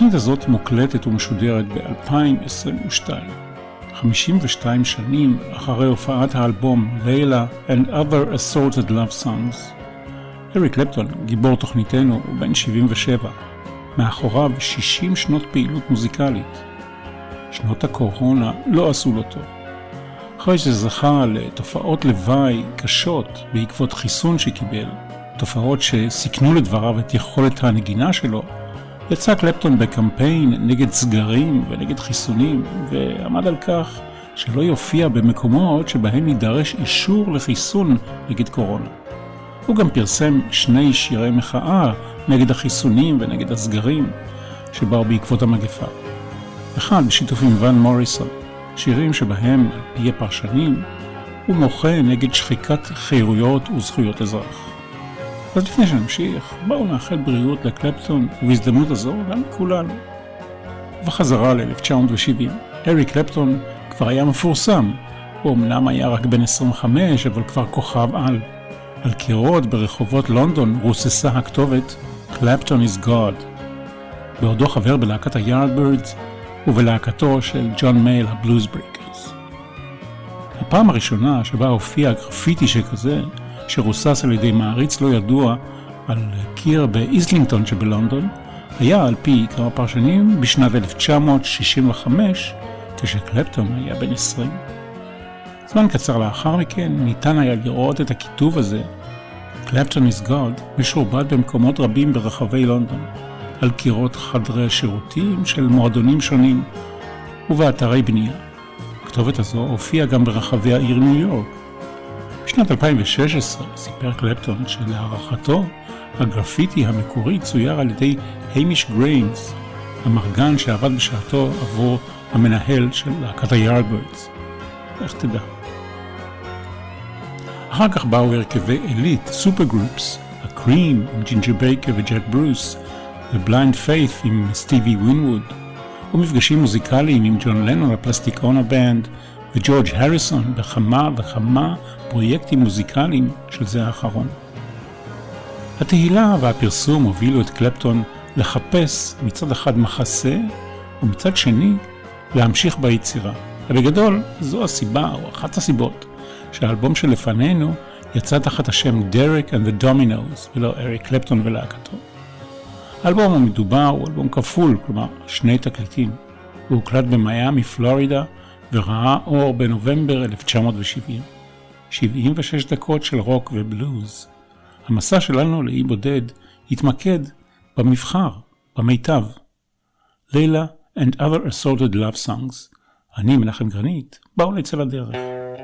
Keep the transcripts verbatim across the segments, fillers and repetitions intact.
התוכנית הזאת מוקלטת ומשודרת ב-אלפיים עשרים ושתיים, חמישים ושתיים שנים אחרי הופעת האלבום לילה and other assorted love songs. אריק קלפטון, גיבור תוכניתנו, הוא בן שבעים ושבע, מאחוריו שישים שנות פעילות מוזיקלית. שנות הקורונה לא עשו לו טוב. אחרי שזכה לתופעות לוואי קשות בעקבות חיסון שקיבל, תופעות שסיכנו לדבריו את יכולת הנגינה שלו, יצא קלפטון בקמפיין נגד סגרים ונגד חיסונים, ועמד על כך שלא יופיע במקומות שבהם יידרש אישור לחיסון נגד קורונה. הוא גם פרסם שני שירי מחאה נגד החיסונים ונגד הסגרים שבאו בעקבות המגפה. אחד בשיתוף עם ון מוריסון, שירים שבהם, על פי הפרשנים, הוא מוחה נגד שחיקת חירויות וזכויות אזרח. אז לפני שנמשיך, בואו נאחל בריאות לקלפטון, ובהזדמנות הזו גם לכולנו. ובחזרה ל-אלף תשע מאות שבעים, אריק קלפטון כבר היה מפורסם. הוא אמנם היה רק בן עשרים וחמש, אבל כבר כוכב על. על קירות ברחובות לונדון רוססה הכתובת Clapton is God. בעודו חבר בלהקת ה-Yardbirds ובלהקתו של ג'ון מייל הבלוז בריקרס. הפעם הראשונה שבה הופיע גרפיטי שכזה, שרוסס על ידי מעריץ לא ידוע על קיר באיסלינגטון שבלונדון, היה על פי כמה פרשנים בשנת אלף תשע מאות שישים וחמש, כשקלפטון היה בן עשרים. זמן קצר לאחר מכן ניתן היה לראות את הכיתוב הזה, Clapton is God, משורבט במקומות רבים ברחבי לונדון, על קירות חדרי שירותים של מועדונים שונים ובאתרי בנייה. הכתובת הזו הופיעה גם ברחבי העיר ניו יורק. בשנת אלפיים ושש עשרה סיפר קלפטון שלהערכתו הגרפיטי המקורי צויר על ידי היימיש גריינס, המרגן שעבד בשעתו עבור המנהל של להקת ה-Yardbirds. איך תדע. אחר כך באו הרכבי עילית, סופר גרופס, הקרים עם ג'ינג'ר בייקר וג'ק ברוס, ובליינד פיית' עם סטיבי ווינווד, ומפגשים מוזיקליים עם ג'ון לנון הפלסטיקונה בנד, וג'ורג' הריסון בכמה וכמה פרויקטים מוזיקליים של זה האחרון. התהילה והפרסום הובילו את קלפטון לחפש מצד אחד מחסה, ומצד שני להמשיך ביצירה. ובגדול זו הסיבה או אחת הסיבות שהאלבום שלפנינו יצא תחת השם Derek and the Dominos ולא אריק קלפטון ולהקתו. האלבום המדובר הוא אלבום כפול, כלומר שני תקליטים. הוא הוקלט במיימי, פלורידה, וראה אור בנובמבר אלף תשע מאות שבעים. שבעים ושש דקות של רוק ובלוז. המסע שלנו לאי בודד התמקד במבחר, במיטב. לילה and other assorted love songs. אני מנחם גרנית, באו נצא לדרך.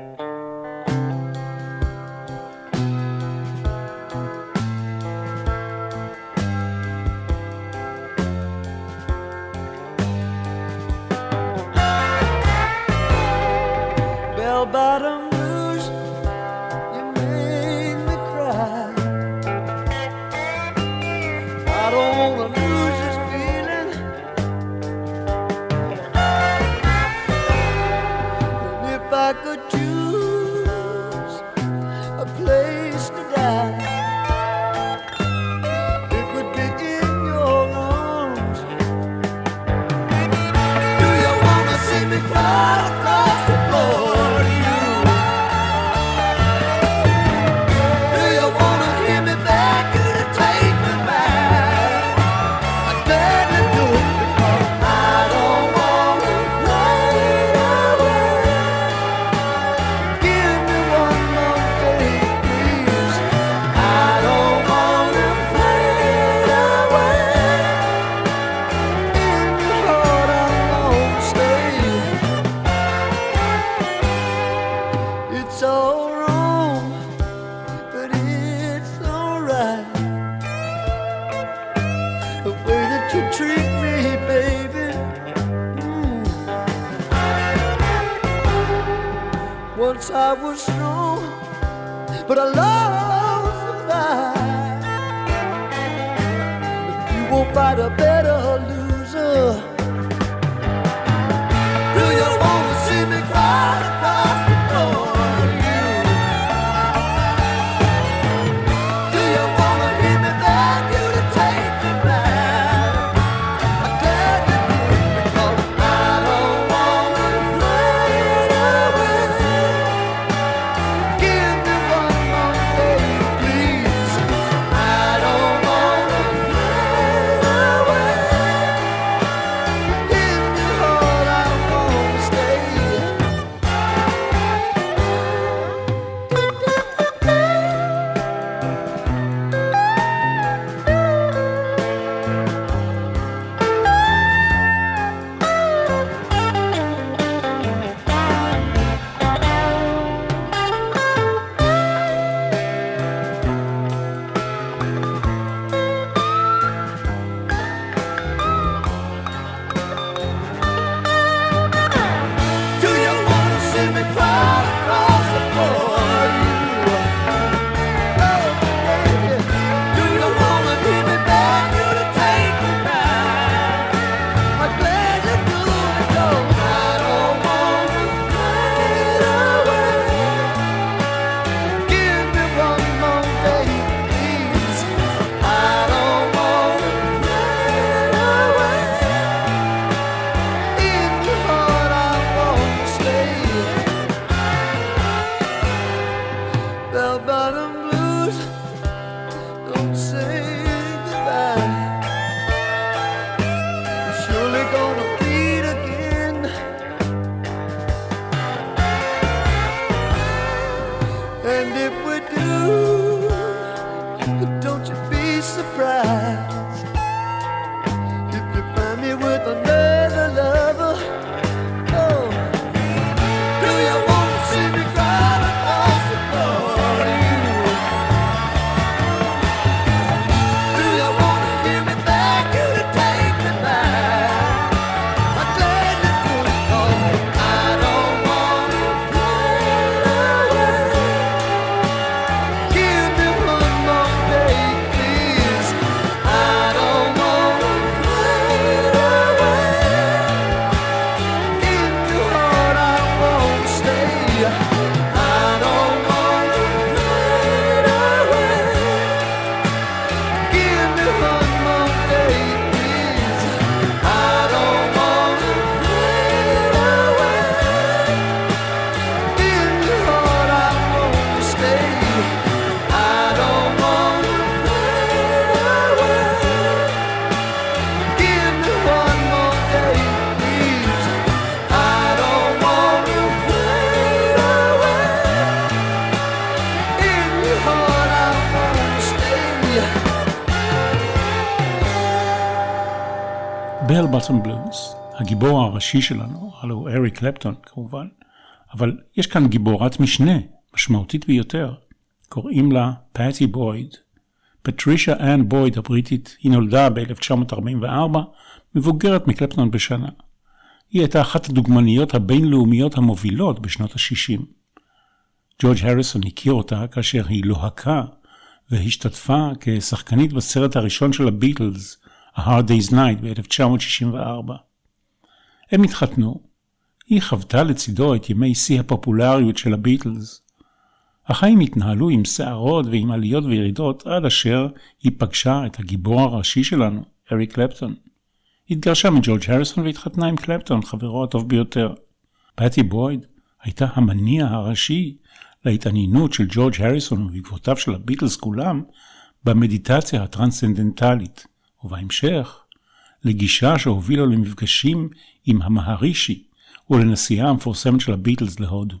Bell-bottom blues, you made me cry. I don't wanna lose this feeling. And if I could choose a place to die, it would be in your arms. Do you wanna see me cry across the floor? I was strong, but I lost the fight. But you won't fight a better loser. Do you want to see me cry across the floor? You? Do you want to hear me beg you to take me back? I dare Bell Bottom Blues, הגיבור הראשי שלנו, הלוא הוא אריק קלפטון כמובן, אבל יש כאן גיבורת משנה, משמעותית ביותר. קוראים לה פאטי בויד. פטרישה אן בויד הבריטית, היא נולדה ב-אלף תשע מאות ארבעים וארבע, מבוגרת מקלפטון בשנה. היא הייתה אחת הדוגמניות הבינלאומיות המובילות בשנות ה-שישים. ג'ורג' הריסון הכיר אותה כאשר היא לוהקה והשתתפה כשחקנית בסרט הראשון של הביטלס, A Hard Day's Night ב-אלף תשע מאות שישים וארבע. הם התחתנו. היא חוותה לצידו את ימי שיא הפופולריות של הביטלס. החיים התנהלו עם שערות ועם עליות וירידות עד אשר היא פגשה את הגיבור הראשי שלנו, אריק קלפטון. התגרשה מג'ורג' הריסון והתחתנה עם קלפטון, חברו הטוב ביותר. פאטי בויד הייתה המניע הראשי להתעניינות של ג'ורג' הריסון ובעקבותיו של הביטלס כולם במדיטציה הטרנסצנדנטלית, ובהמשך לגישה שהובילה למפגשים עם המהרישי ולנסיעה המפורסמת של הביטלס להודו.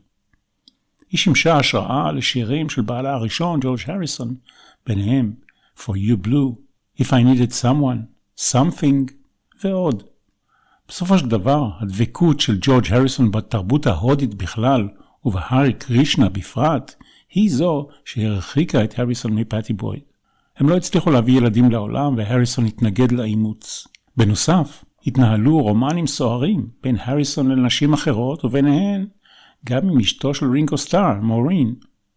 היא שימשה השראה לשירים של בעלה הראשון, ג'ורג' הריסון, ביניהם For You Blue, If I Needed Someone, Something ועוד. בסופו של דבר, הדבקות של ג'ורג' הריסון בתרבות ההודית בכלל ובהארי קרישנה בפרט, היא זו שהרחיקה את הריסון מפאטי בויד. הם לא הצליחו להביא ילדים לעולם והריסון התנגד לאימוץ. בנוסף, התנהלו רומנים סוערים בין הריסון לנשים אחרות וביניהן גם עם אשתו של רינגו סטאר, מורין.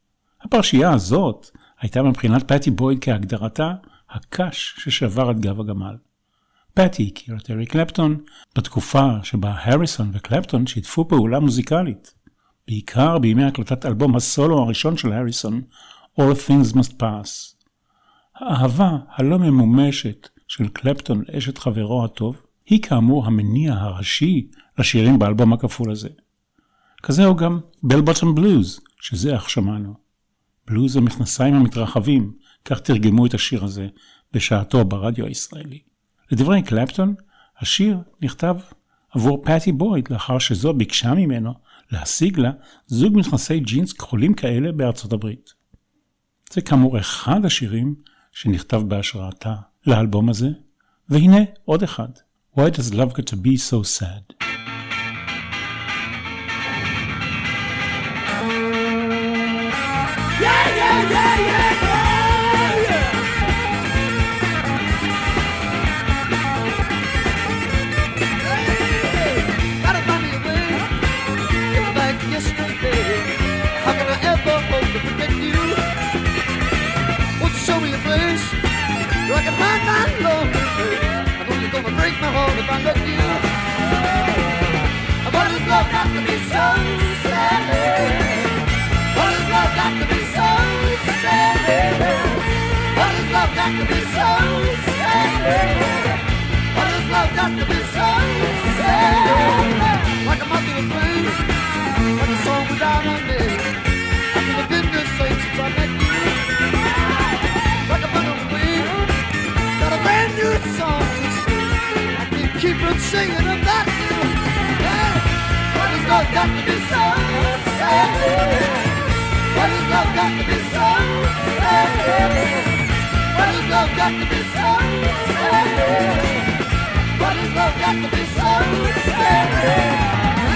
הפרשייה הזאת הייתה מבחינת פאטי בויד כהגדרתה הקש ששבר את גב הגמל. פאטי הכיר את אריק קלפטון בתקופה שבה הריסון וקלפטון שיתפו פעולה מוזיקלית, בעיקר בימי הקלטת אלבום הסולו הראשון של הריסון, All Things Must Pass. האהבה הלא ממומשת של קלפטון לאשת חברו הטוב, היא כאמור המניע הראשי לשירים באלבום הכפול הזה. כזהו גם Bell Bottom Blues, שזה איך שמענו. בלוז המכנסיים המתרחבים, כך תרגמו את השיר הזה בשעתו ברדיו הישראלי. לדברי קלפטון, השיר נכתב עבור פאטי בויד, לאחר שזו ביקשה ממנו להשיג לה זוג מכנסי ג'ינס כחולים כאלה בארצות הברית. זה כאמור אחד השירים שנכתב בהשראתה לאלבום הזה, והנה עוד אחד. Why does love got to be so sad? Yeah, yeah, yeah, yeah, yeah, yeah. Hey, gotta find me a way. Get back yesterday. How can I ever hope to forget you? Won't you show me a place where I can find my love? I know you're gonna break my heart if I let you. But does love got to be so sad? What does love got to be so sad? What does love got to be so sad? What does love got to be so sad? Like a moth to a flame, like a song without a name. I feel the goodness since I met you. Like a bundle of wind, got a brand new song to sing. I can keep on singing about you. Hey, what does love got to be so sad? What does love got to be so sad? What does love got to be so sad? What does love got to be so sad?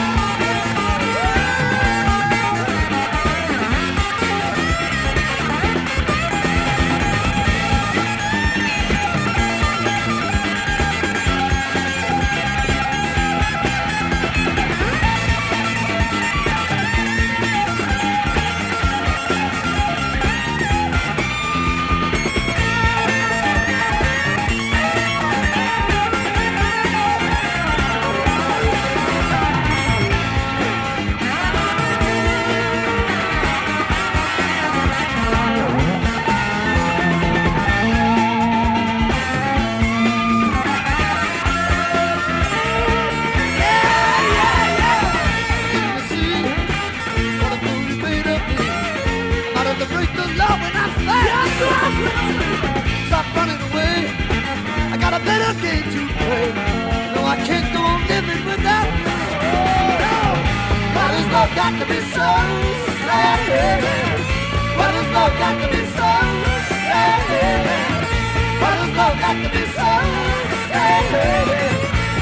Stop running away. I got a better game to play. No, I can't go on living without you. No. Why does love got to be so sad? Why does love got to be so sad? Why does love got to be so sad?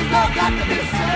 has love got to be so?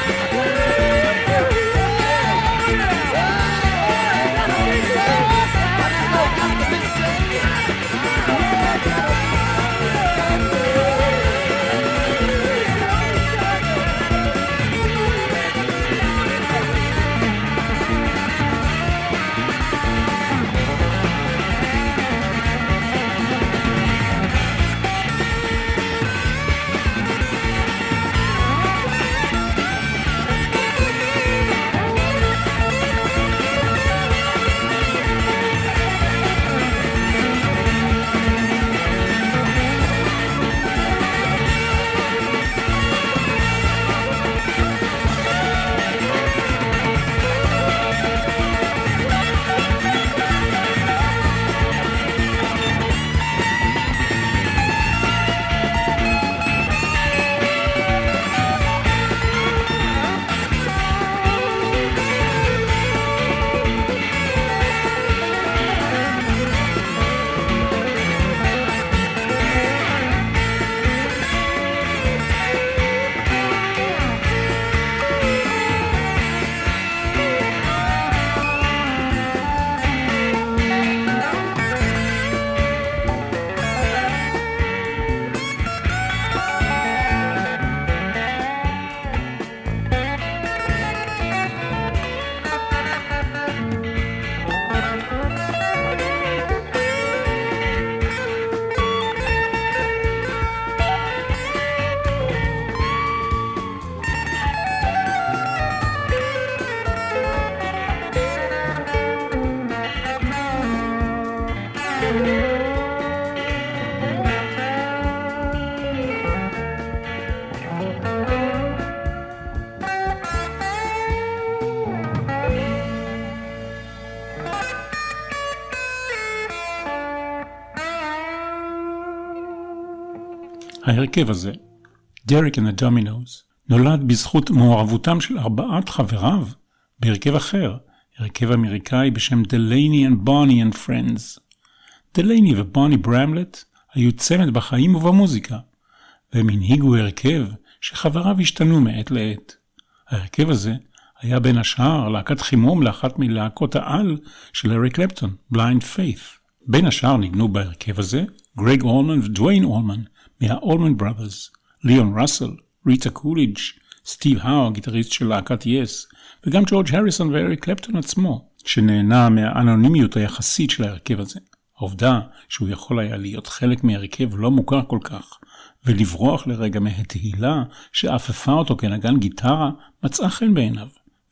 ההרכב הזה, Derek and the Dominos, נולד בזכות מעורבותם של ארבעת חבריו בהרכב אחר, הרכב אמריקאי בשם Delaney and Bonnie and Friends. דלייני ובוני ברמלט היו צמד בחיים ובמוזיקה, והם הנהיגו הרכב שחבריו השתנו מעת לעת. ההרכב הזה היה בין השאר להקת חימום לאחת מלהקות העל של אריק קלפטון, Blind Faith. בין השאר ניגנו בהרכב הזה גרג אולמן ודוויין אולמן מה-Allman Brothers, ליאון ראסל, ריטה קוליג', סטיב האו, הגיטריסט של להקת יס, וגם ג'ורג' הריסון ואריק קלפטון עצמו, שנהנה מהאנונימיות היחסית של ההרכב הזה. העובדה שהוא יכול היה להיות חלק מהרכב לא מוכר כל כך, ולברוח לרגע מהתהילה שאפפה אותו כנגן גיטרה, מצאה חן בעיניו.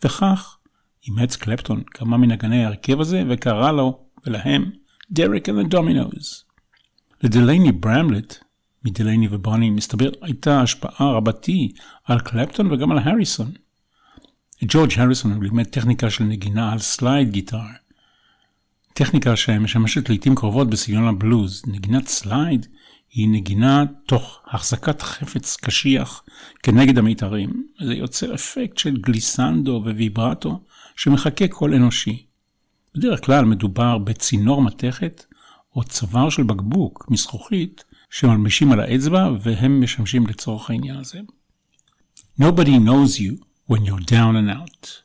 וכך אימץ קלפטון כמה מנגני ההרכב הזה וקרא לו ולהם Derek and the Dominos. לדלייני ברמלט, מדלייני ובוני, מסתבר הייתה השפעה רבתי על קלפטון וגם על הריסון. ג'ורג' הריסון הוא לימד טכניקה של נגינה על סלייד גיטר. טכניקה שמשמשת לעתים קרובות בסגנון הבלוז. נגינת סלייד היא נגינה תוך החזקת חפץ קשיח כנגד המיתרים. זה יוצר אפקט של גליסנדו וויברטו שמחכה קול אנושי. בדרך כלל מדובר בצינור מתכת או צוואר של בקבוק מזכוכית שמלמישים על האצבע והם משמשים לצורך העניין הזה. Nobody knows you when you're down and out.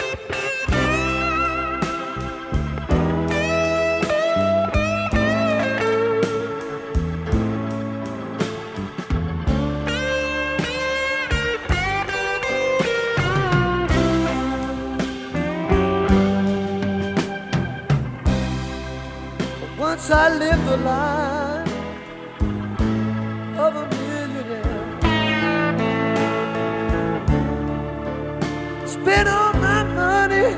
Once I lived the life of a millionaire, spent all my money,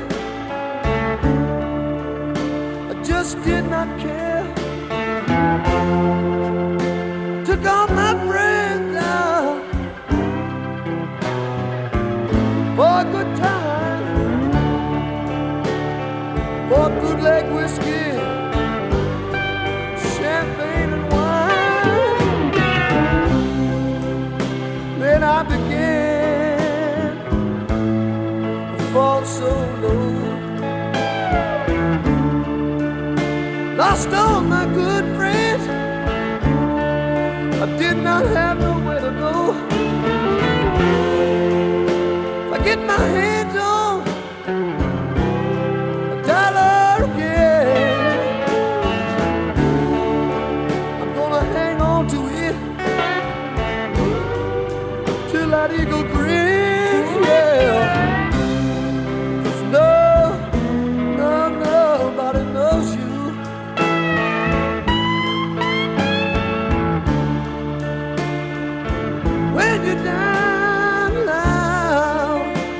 I just did not care. Took all my friends out for a good time, for a good leg whiskey, champagne and wine. Then I began to fall so low, lost all my good friends, I did not have nowhere to go. get my hands on a dollar again, I'm gonna hang on to it till that eagle grins, yeah. 'Cause no, no, nobody knows you. When you're down low,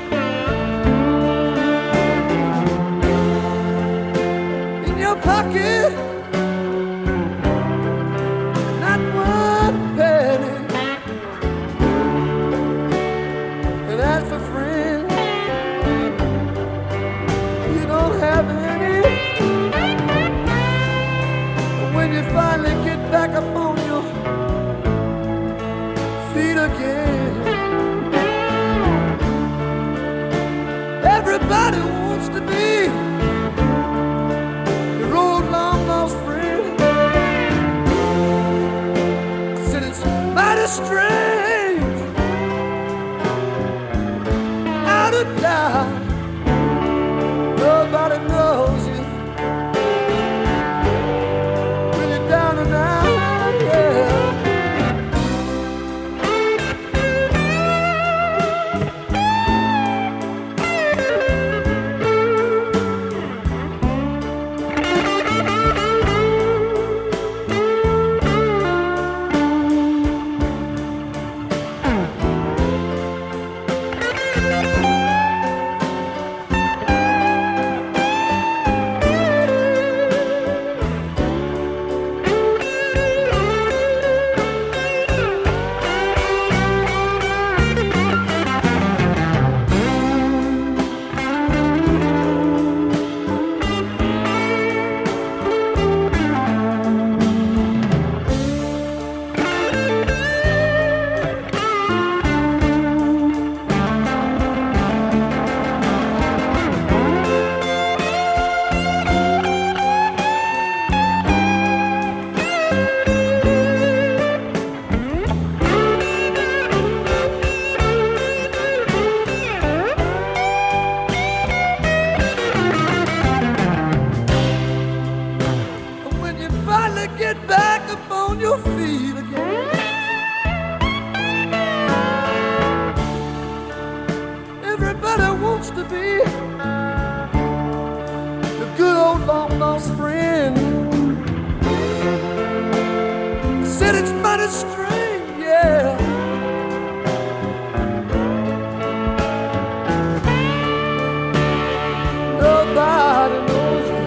in your pocket, not one penny. And as for friends, you don't have any. But when you finally get back up on your feet again, everybody wants to be your old long lost friend. I said it's mighty strange, out of doubt, nobody knows you when you're down and out, yeah. Get back up on your feet again, everybody wants to be the good old long lost friend. I said it's mighty strange, yeah. Nobody knows you.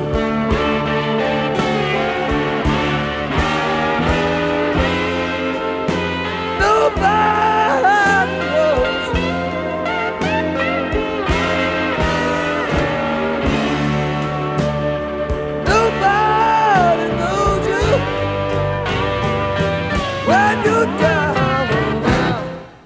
Nobody knows you. Nobody knows you when you're down and out.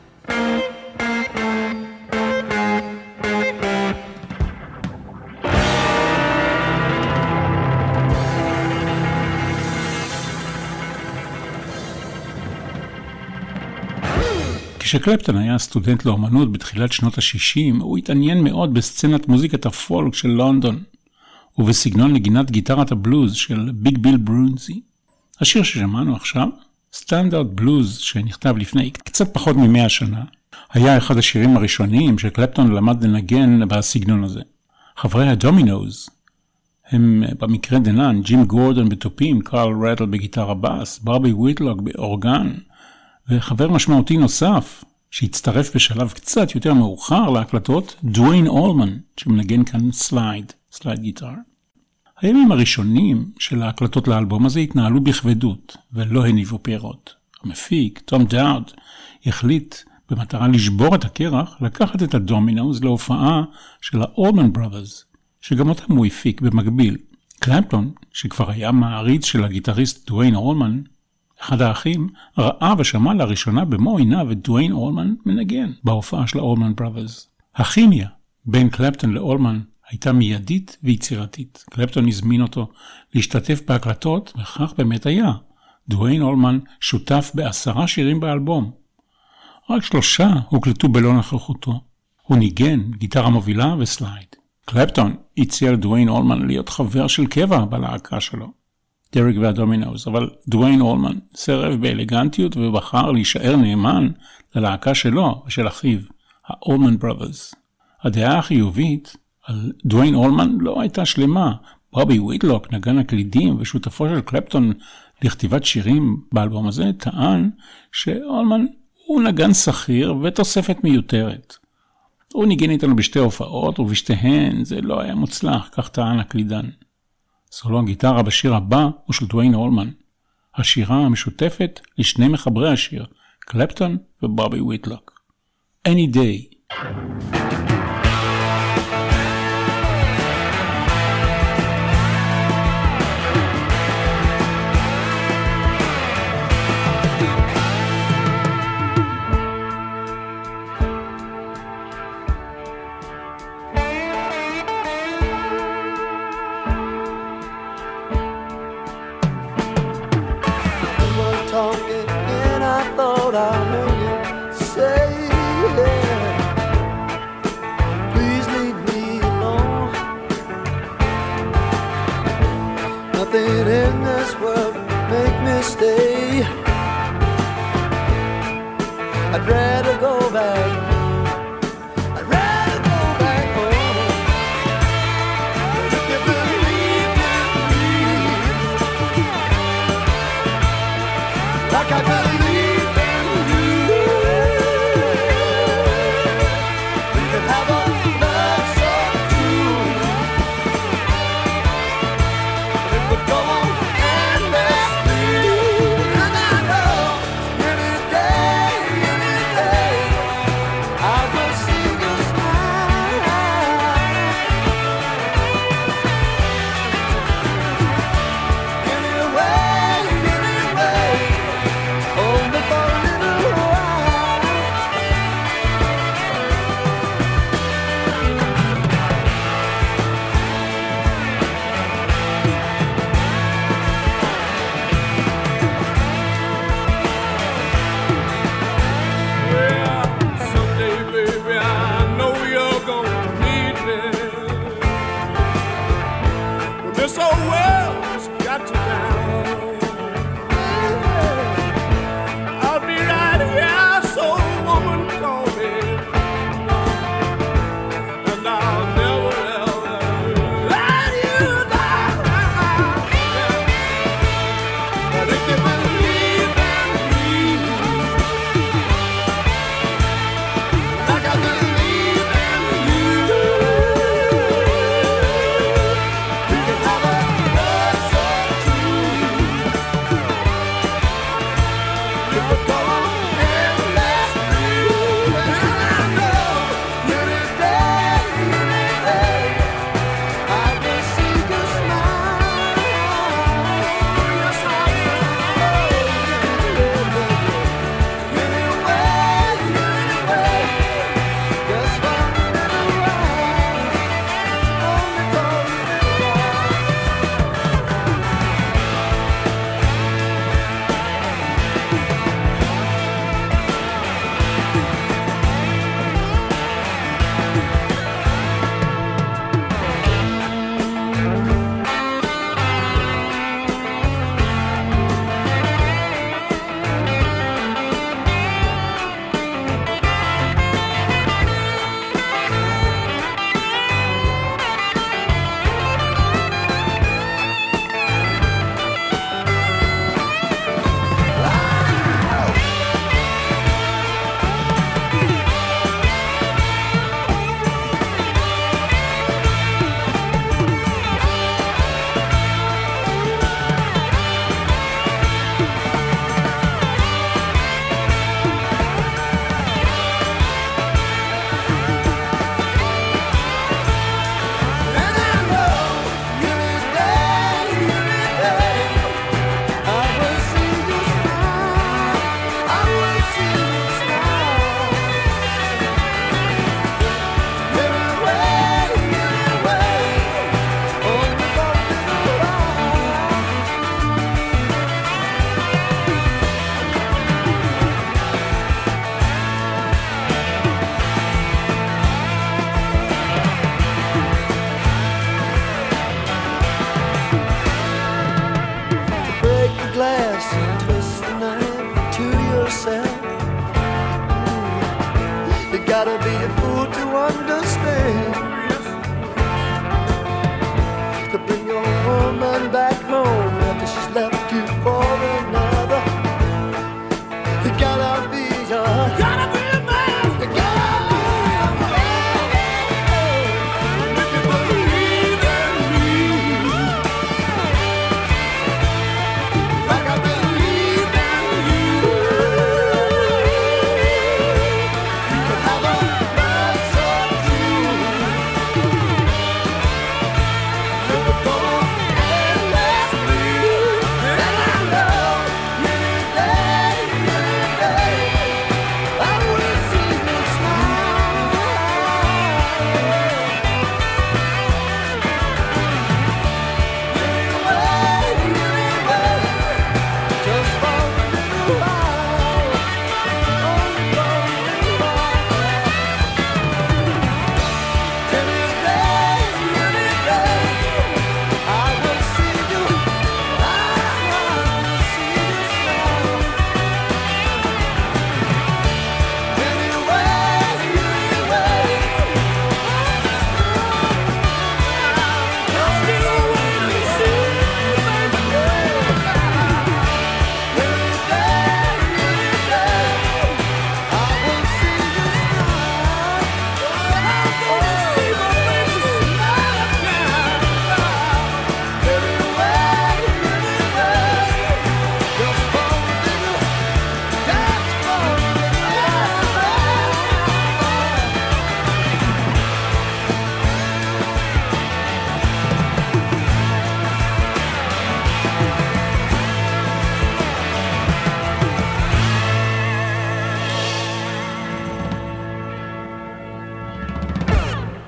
כשקלפטון היה סטודנט לאומנות בתחילת שנות ה-שישים, הוא התעניין מאוד בסצנת מוזיקת הפולק של לונדון, ובסגנון נגינת גיטרת הבלוז של ביג ביל ברונזי. השיר ששמענו עכשיו, סטנדרט בלוז, שנכתב לפני קצת פחות ממאה שנה, היה אחד השירים הראשונים שקלפטון למד לנגן בסגנון הזה. חברי הדומינוז הם במקרה דנן, ג'ים גורדון בתופים, קרל רטל בגיטרה בס, ברבי וויטלוק באורגן, וחבר משמעותי נוסף שהצטרף בשלב קצת יותר מאוחר להקלטות, דוויין אולמן, שמנגן כאן סלייד, סלייד גיטר. הימים הראשונים של ההקלטות לאלבום הזה התנהלו בכבדות ולא הניבו פירות. המפיק, תום דאוד, החליט במטרה לשבור את הקרח, לקחת את הדומינוז להופעה של האולמן בראדרס, שגם אותם הוא הפיק במקביל. קלפטון, שכבר היה מעריץ של הגיטריסט דוויין אולמן, אחד האחים, ראה ושמע לראשונה במו עיניו את דוויין אולמן מנגן בהופעה של האולמן בראדרס. הכימיה בין קלפטון לאולמן הייתה מיידית ויצירתית. קלפטון הזמין אותו להשתתף בהקלטות, וכך באמת היה. דוויין אולמן שותף בעשרה שירים באלבום. רק שלושה הוקלטו בלא נוכחותו. הוא ניגן גיטרה מובילה וסלייד. קלפטון הציע לדוויין אולמן להיות חבר של קבע בלהקה שלו, דריק והדומינוס, אבל דוויין אולמן סירב באלגנטיות ובחר להישאר נאמן ללהקה שלו ושל אחיו, האולמן בראדרס. הדעה החיובית על דוויין אולמן לא הייתה שלמה. בובי וויטלוק, נגן הקלידים ושותפו של קלפטון לכתיבת שירים באלבום הזה, טען שאולמן הוא נגן שכיר ותוספת מיותרת. הוא ניגן איתנו בשתי הופעות, ובשתיהן זה לא היה מוצלח, כך טען הקלידן. סולו הגיטרה בשיר הבא הוא של דוויין אולמן, השירה המשותפת לשני מחברי השיר, קלפטון ובובי וויטלוק. Any Day. Nothing in this world make me stay. I'd rather go back. I'd rather go back home. But if you believe in me, like I believe in you, we can have a love so true. Go on and let's live. And I know any day, any day, I will see you smile. Anyway, anyway, only for a little while. This old world's got you down. I'll be right here, so woman call me, and I'll never ever let you down. But if you believe in me, like I believe in you, we can have a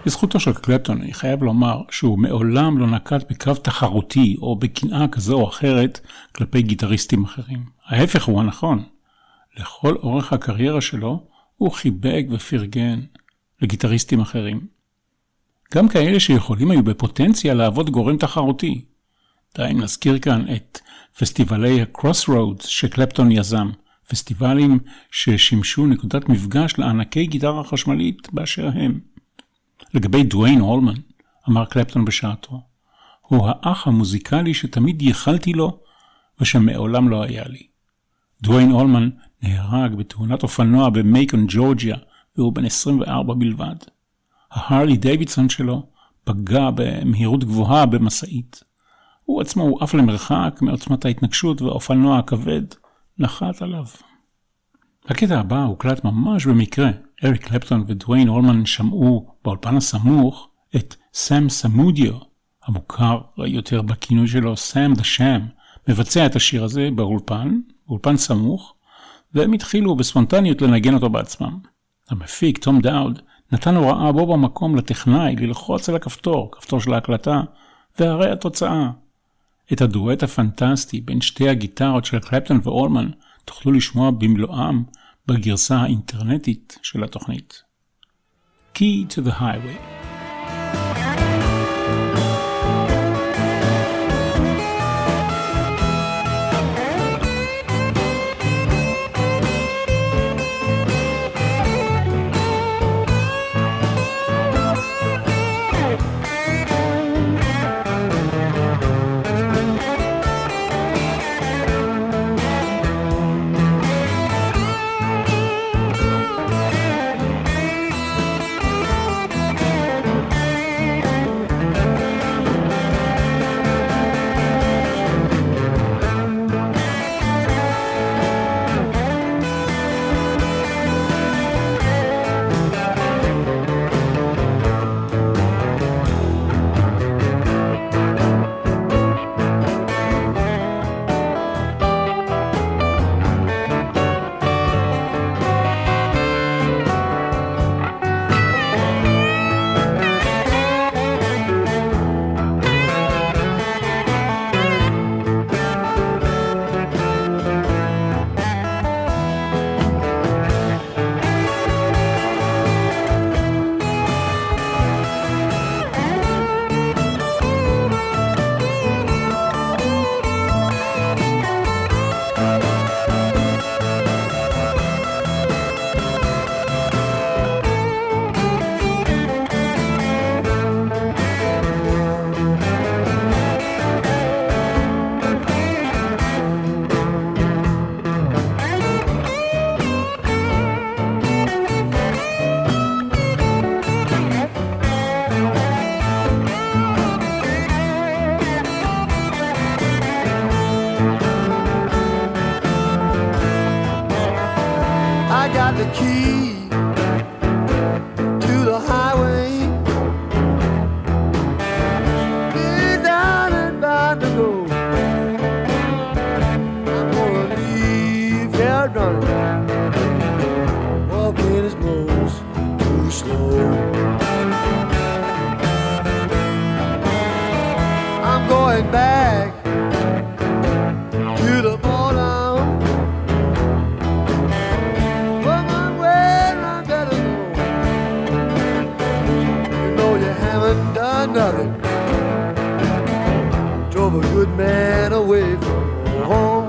לזכותו של קלפטון אני חייב לומר שהוא מעולם לא נקט בקרב תחרותי או בקנאה כזו או אחרת כלפי גיטריסטים אחרים. ההפך הוא הנכון. לכל אורך הקריירה שלו הוא חיבק ופרגן לגיטריסטים אחרים. גם כאלה שיכולים היו בפוטנציה לעבוד גורם תחרותי. די אם נזכיר כאן את פסטיבלי ה-Crossroads שקלפטון יזם, פסטיבלים ששימשו נקודת מפגש לענקי גיטרה חשמלית באשר הם. לגבי דוויין הולמן, אמר קלפטון בשעתו, הוא האח המוזיקלי שתמיד ייחלתי לו ושמעולם לא היה לי. דוויין הולמן נהרג בתאונת אופנוע במייקון, ג'ורג'יה, והוא בן עשרים וארבע בלבד. ההרלי דיווידסון שלו פגע במהירות גבוהה במסעית. הוא עצמו הוא אף למרחק מעוצמת ההתנגשות והאופנוע הכבד נחת עליו. הקטע הבא הוקלט ממש במקרה. אריק קלפטון ודוויין הולמן שמעו באולפן הסמוך את סם סמודיו, המוכר יותר בכינוי שלו סם דה שם, מבצע את השיר הזה באולפן, באולפן סמוך, והם התחילו בספונטניות לנגן אותו בעצמם. המפיק, תום דאוד, נתן הוראה בו במקום לטכנאי ללחוץ על הכפתור, כפתור של ההקלטה, והרי התוצאה. את הדואט הפנטסטי בין שתי הגיטרות של קלפטון והולמן תוכלו לשמוע במלואם בגרסה האינטרנטית של התוכנית. Key to the Highway. The key to the highway, be down and about to go. I'm gonna leave here running, walking is most too slow. I'm going back to the border. Nothing drove a good man away from home.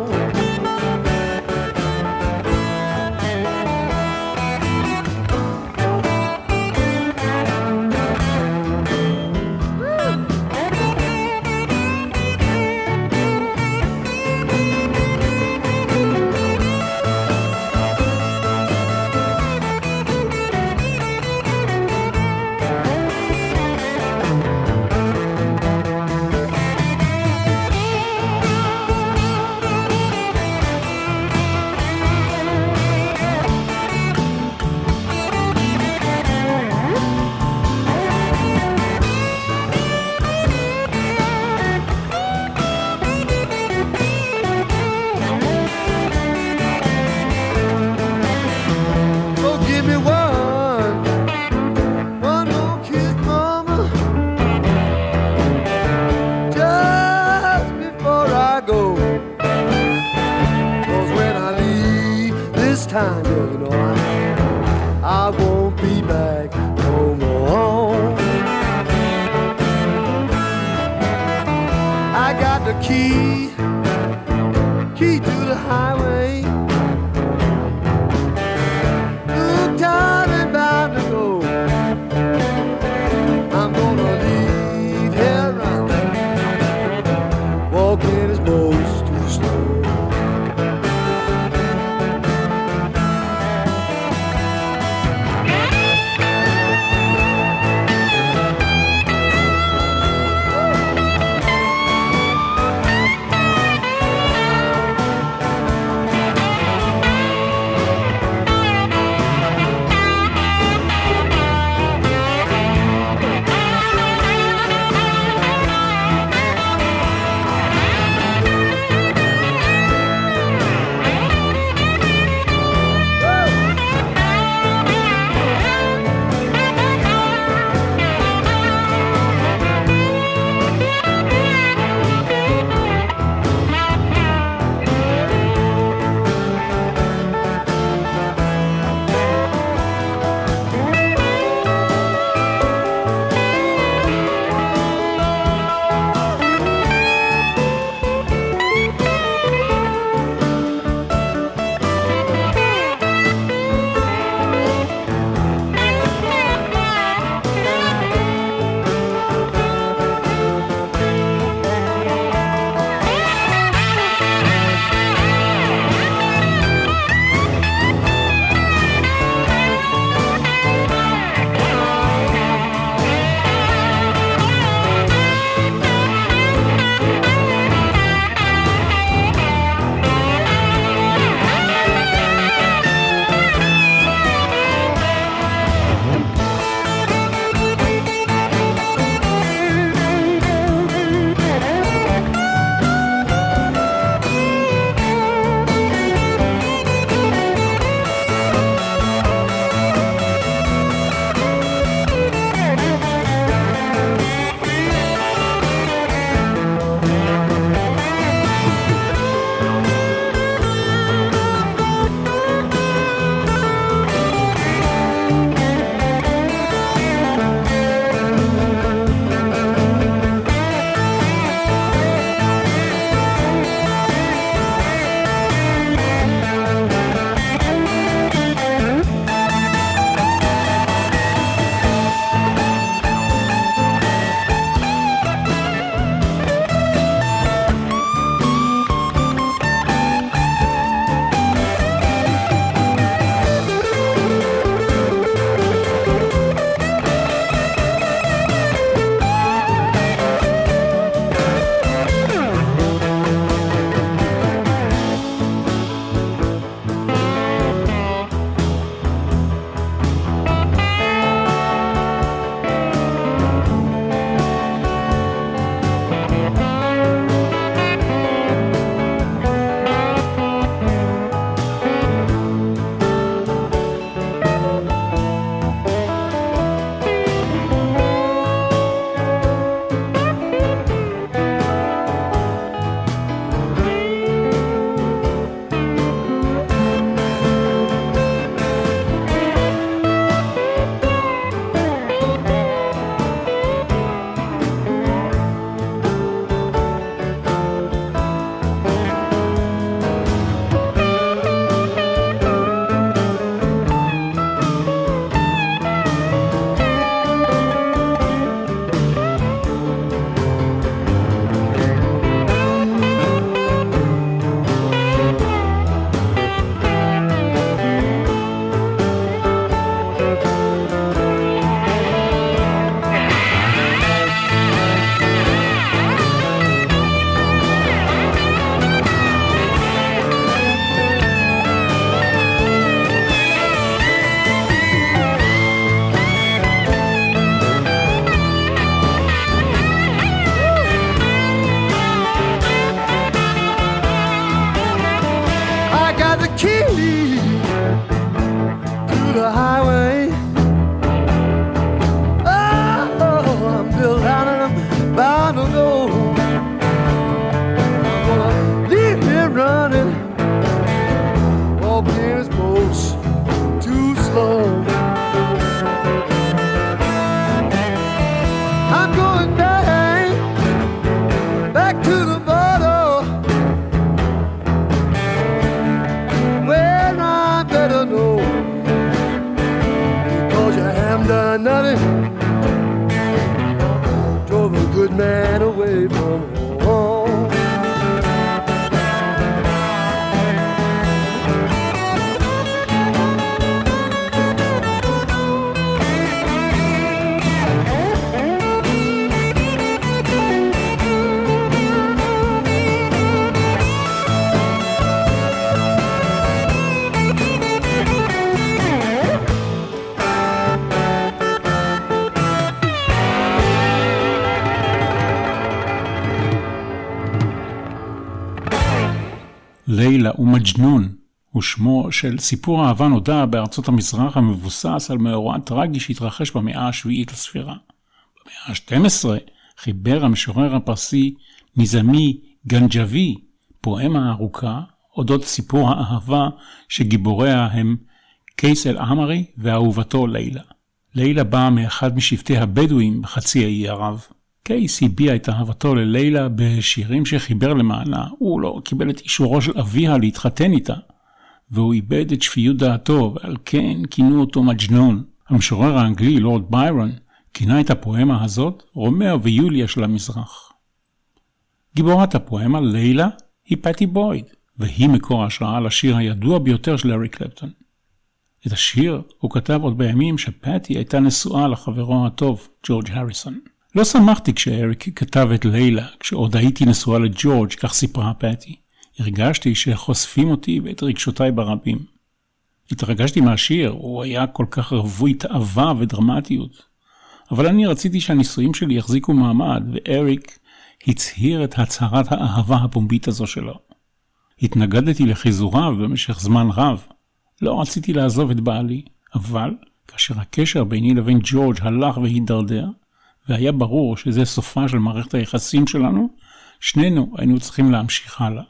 לילה ומג'נון הוא שמו של סיפור אהבה נודע בארצות המזרח המבוסס על מאורע טרגי שהתרחש במאה השביעית לספירה. במאה ה-שתים עשרה חיבר המשורר הפרסי ניזמי גנג'בי פואמה ארוכה אודות סיפור האהבה שגיבוריה הם קייס אל עמרי ואהובתו לילה. לילה באה מאחד משבטי הבדואים בחצי האי ערב. קייס הביע את אהבתו ללילה בשירים שחיבר למענה. הוא לא קיבל את אישורו של אביה להתחתן איתה, והוא איבד את שפיות דעתו, ועל כן כינו אותו מג'נון. המשורר האנגלי לורד ביירון כינה את הפואמה הזאת רומאו ויוליה של המזרח. גיבורת הפואמה לילה היא פטי בויד, והיא מקור ההשראה לשיר הידוע ביותר של אריק קלפטון. את השיר הוא כתב עוד בימים שפטי הייתה נשואה לחברו הטוב ג'ורג' הריסון. לא שמחתי כשאריק כתב את לילה, כשעוד הייתי נשואה לג'ורג', כך סיפרה פטי. הרגשתי שחושפים אותי ואת רגשותיי ברבים. התרגשתי מהשיר, הוא היה כל כך רבוי תאווה ודרמטיות. אבל אני רציתי שהנישואים שלי יחזיקו מעמד, ואריק הצהיר את הצהרת האהבה הפומבית הזו שלו. התנגדתי לחיזוריו במשך זמן רב. לא רציתי לעזוב את בעלי, אבל כאשר הקשר ביני לבין ג'ורג' הלך והידרדר, והיה ברור שזה סופה של מערכת היחסים שלנו, שנינו היינו צריכים להמשיך הלאה.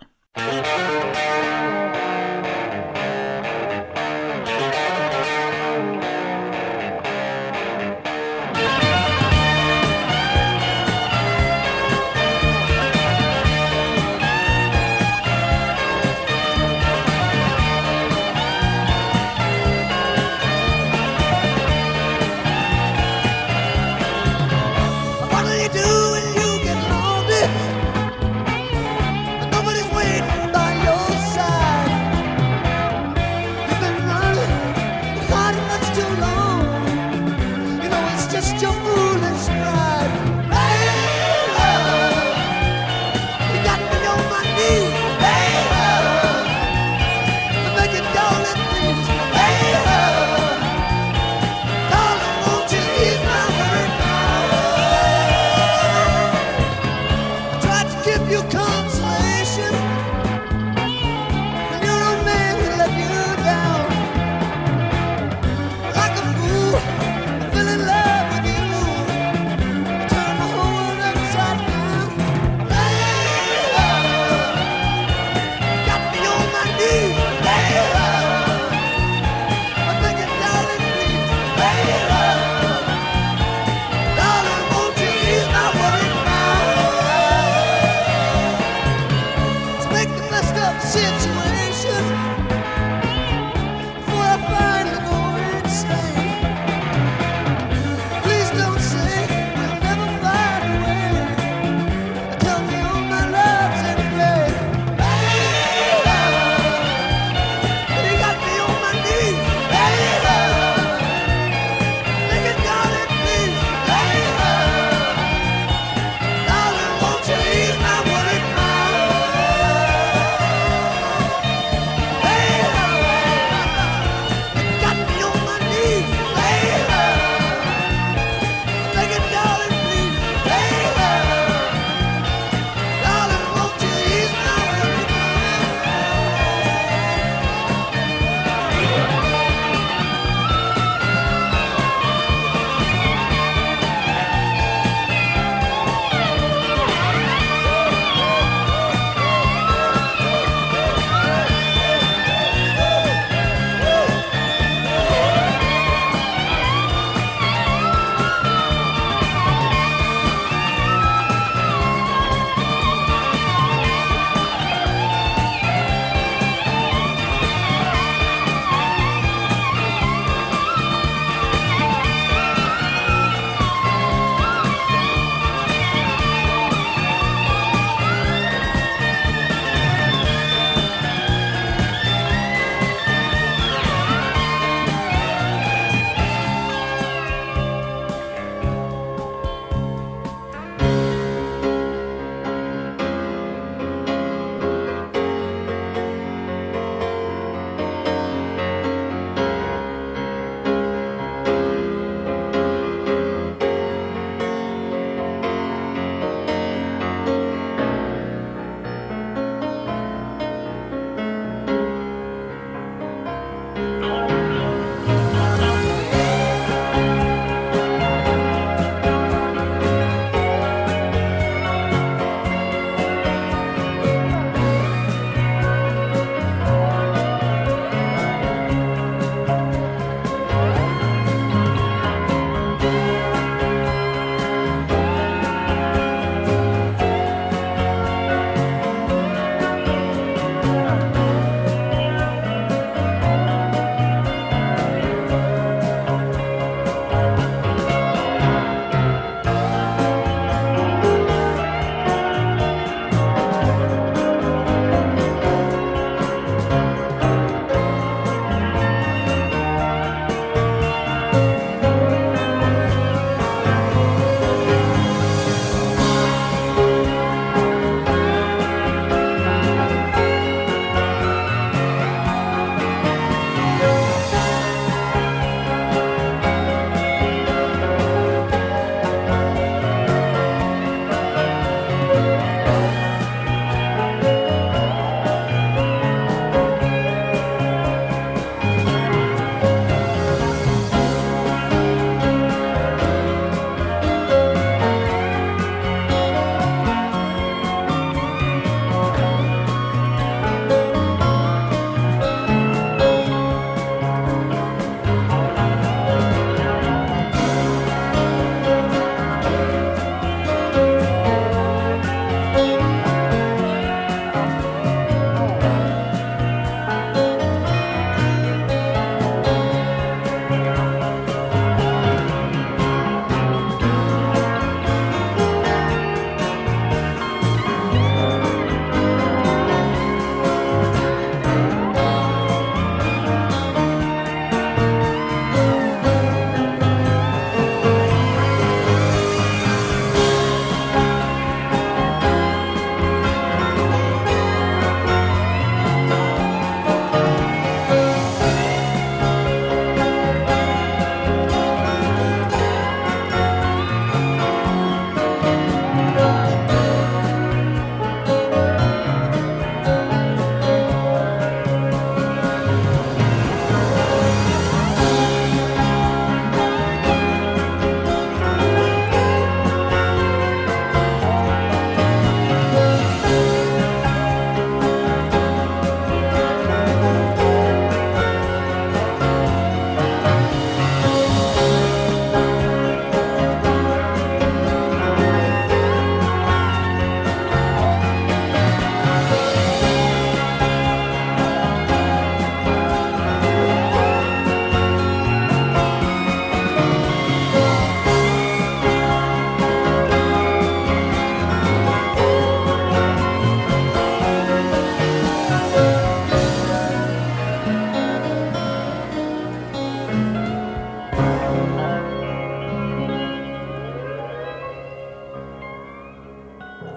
Nobody's waiting by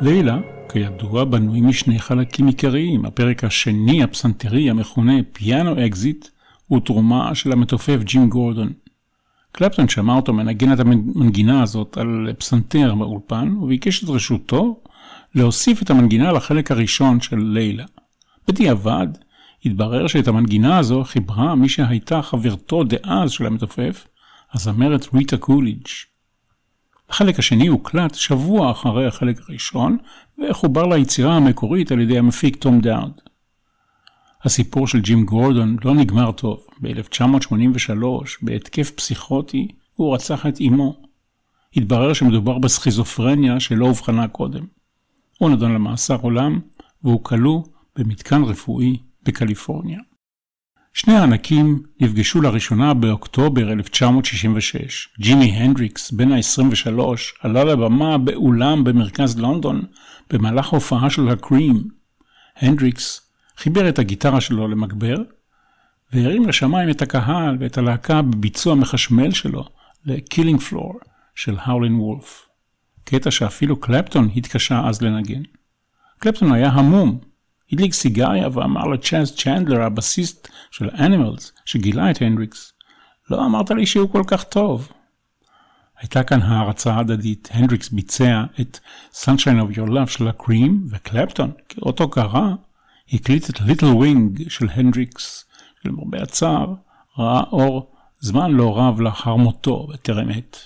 לילה, כידוע, בנוי משני חלקים עיקריים. הפרק השני, הפסנתרי, המכונה פיאנו אקזיט, הוא תרומה של המתופף ג'ים גורדון. קלפטון שמע אותו מנגן את המנגינה הזאת על פסנתר באולפן, וביקש את רשותו להוסיף את המנגינה לחלק הראשון של לילה. בדיעבד, התברר שאת המנגינה הזו חיברה מי שהייתה חברתו דאז של המתופף, הזמרת ריטה קוליג'. החלק השני הוקלט שבוע אחרי החלק הראשון, וחובר ליצירה המקורית על ידי המפיק תום דאוד. הסיפור של ג'ים גורדון לא נגמר טוב. ב-אלף תשע מאות שמונים ושלוש, בהתקף פסיכוטי, הוא רצח את אמו. התברר שמדובר בסכיזופרניה שלא הובחנה קודם. הוא נדון למאסר עולם, והוא כלוא במתקן רפואי בקליפורניה. שני הענקים נפגשו לראשונה באוקטובר אלף תשע מאות שישים ושש. ג'ימי הנדריקס, בן ה-עשרים ושלוש, עלה לבמה באולם במרכז לונדון במהלך הופעה של הקרים. הנדריקס חיבר את הגיטרה שלו למגבר, והרים לשמיים את הקהל ואת הלהקה בביצוע מחשמל שלו ל-Killing Floor של Howlin' Wolf. קטע שאפילו קלפטון התקשה אז לנגן. קלפטון היה המום, הדליק סיגריה ואמר לצ'אז צ'נדלר, הבסיסט של Animals, שגילה את הנדריקס, לא אמרת לי שהוא כל כך טוב. הייתה כאן הערצה הדדית. הנדריקס ביצע את Sunshine of Your Love של הקרים, וקלפטון, כאותו קרא, הקליט את Little Wing של הנדריקס, שלמרבה הצער ראה אור זמן לא רב לאחר מותו בטרם עת.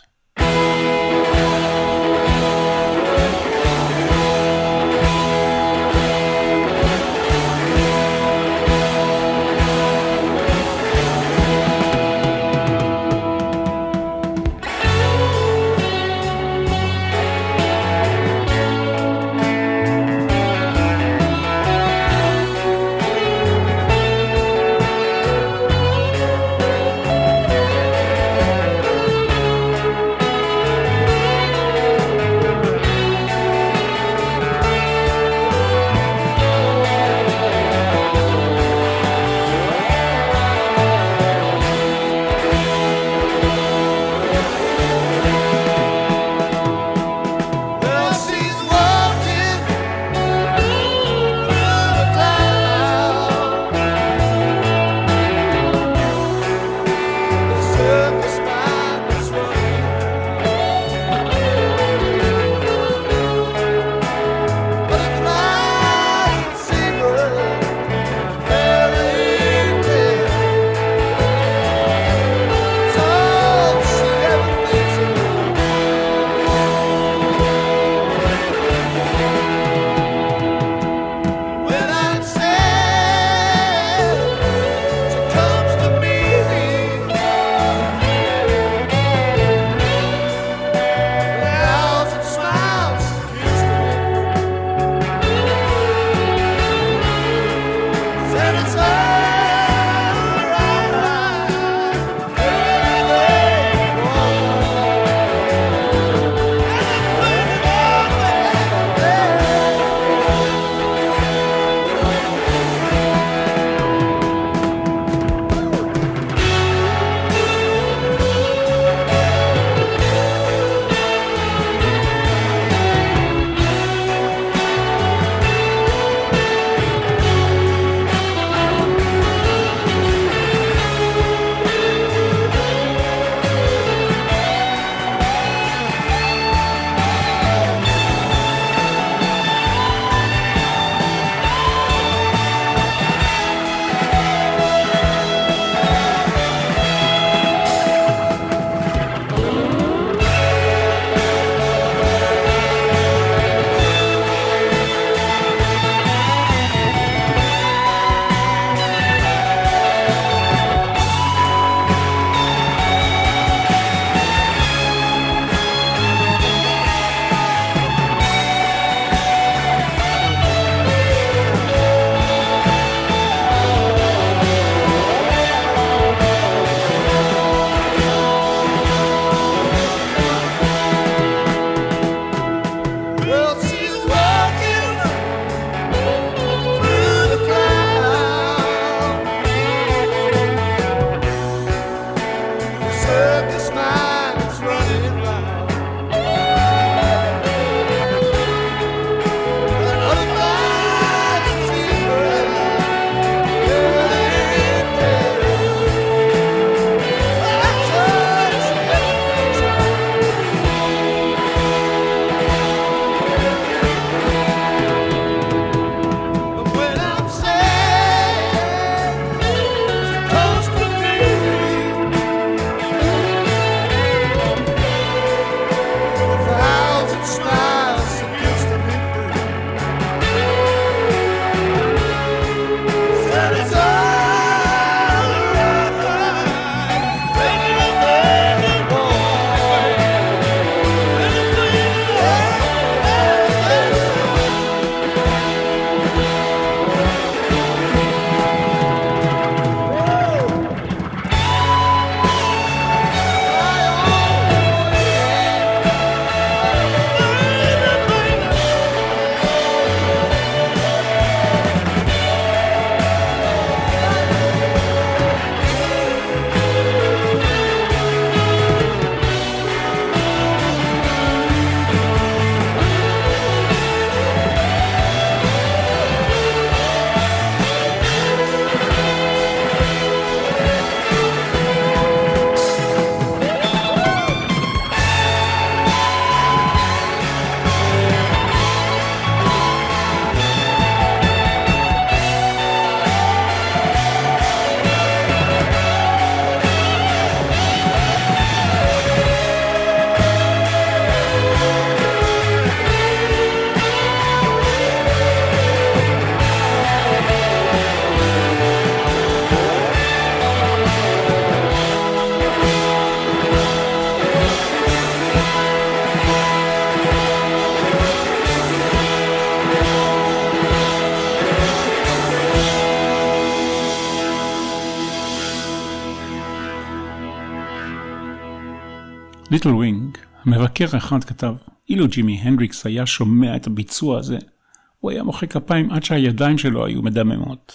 ליטל ווינג, המבקר אחד כתב, אילו ג'ימי הנדריקס היה שומע את הביצוע הזה, הוא היה מוחא כפיים עד שהידיים שלו היו מדממות.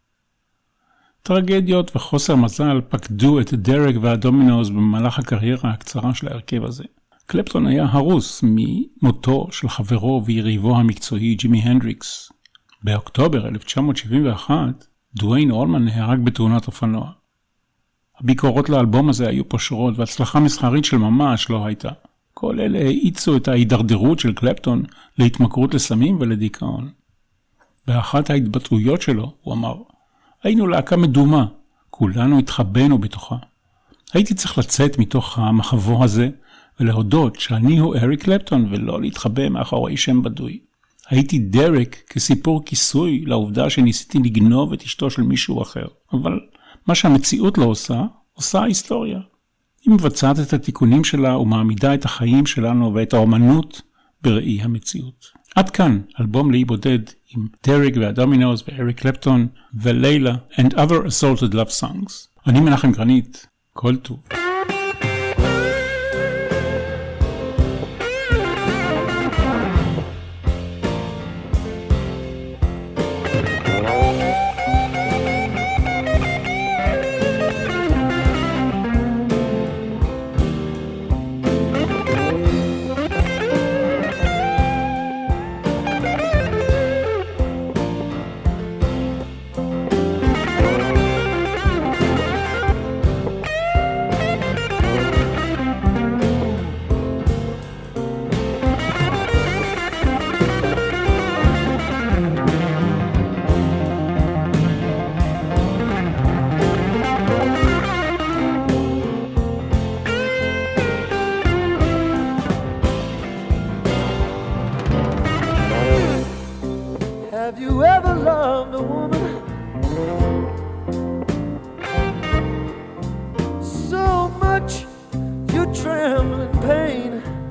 טרגדיות וחוסר מזל פקדו את דרק והדומינוז במהלך הקריירה הקצרה של ההרכב הזה. קלפטון היה הרוס ממותו של חברו ויריבו המקצועי ג'ימי הנדריקס. באוקטובר אלף תשע מאות שבעים ואחת, דוויין אולמן נהרג בתאונת אופנוע. הביקורות לאלבום הזה היו פושרות והצלחה מסחרית של ממש לא הייתה. כל אלה האיצו את ההידרדרות של קלפטון להתמכרות לסמים ולדיכאון. באחת ההתבטאויות שלו הוא אמר, היינו להקה מדומה, כולנו התחבאנו בתוכה. הייתי צריך לצאת מתוך המחבוא הזה ולהודות שאני הוא אריק קלפטון ולא להתחבא מאחורי שם בדוי. הייתי דרק כסיפור כיסוי לעובדה שניסיתי לגנוב את אשתו של מישהו אחר. אבל מה שהמציאות לא עושה, עושה ההיסטוריה. היא מבצעת את התיקונים שלה ומעמידה את החיים שלנו ואת האומנות בראי המציאות. עד כאן אלבום לאי בודד עם דרק והדומינוז ואריק קלפטון ולילה and other assaulted love songs. אני מנחם גרנית, כל טוב. Have you ever loved a woman so much you tremble in pain?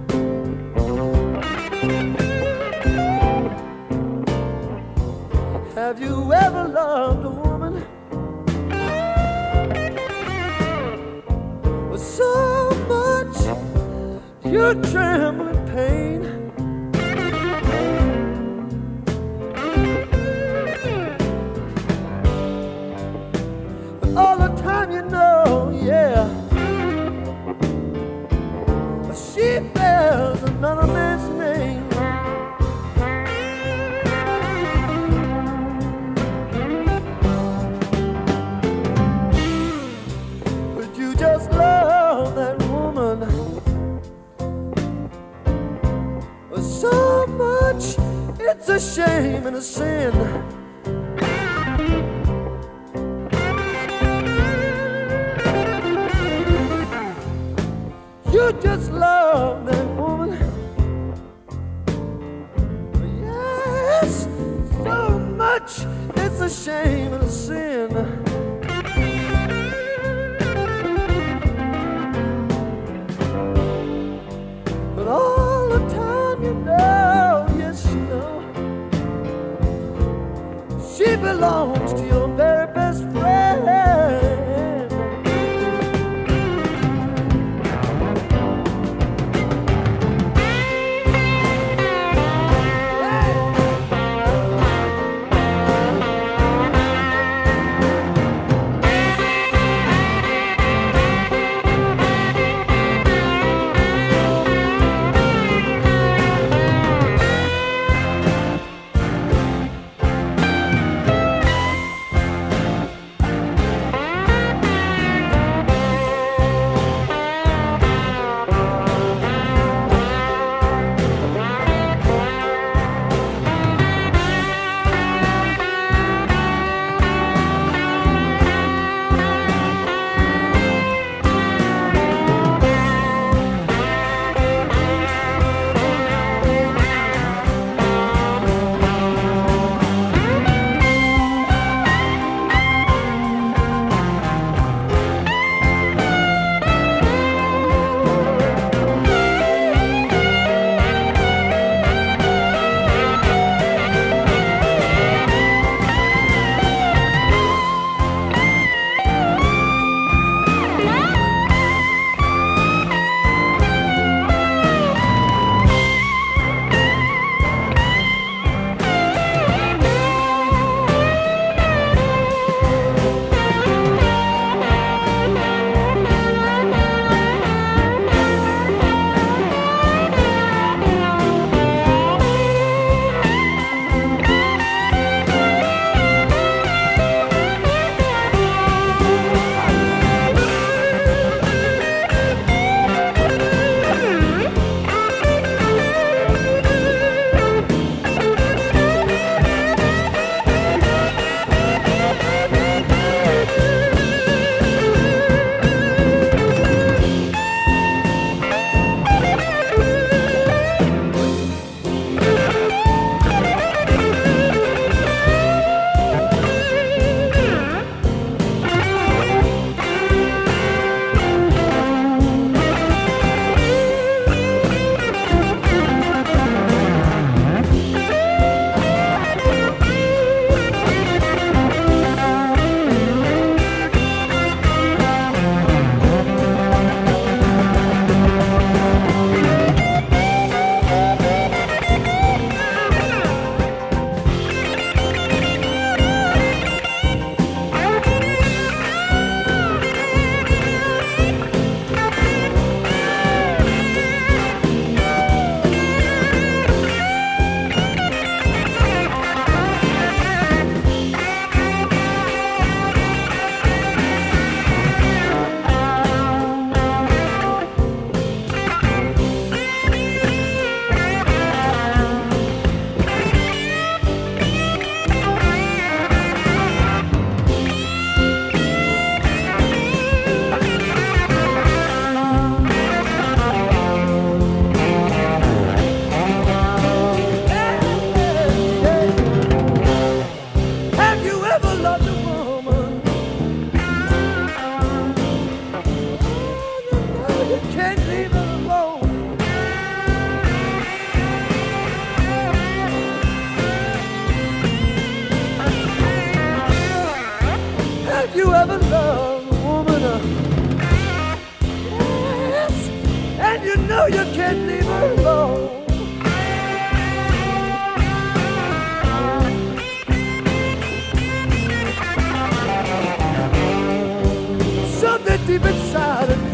Have you ever loved a woman so much you tremble in pain? All the time you know, yeah, she bears another man's name. Would you just love that woman so much? It's a shame and a sin. You just love that woman, yes, so much, it's a shame and a sin. But all the time you know, yes you know, she belongs to your very best friend. deep inside of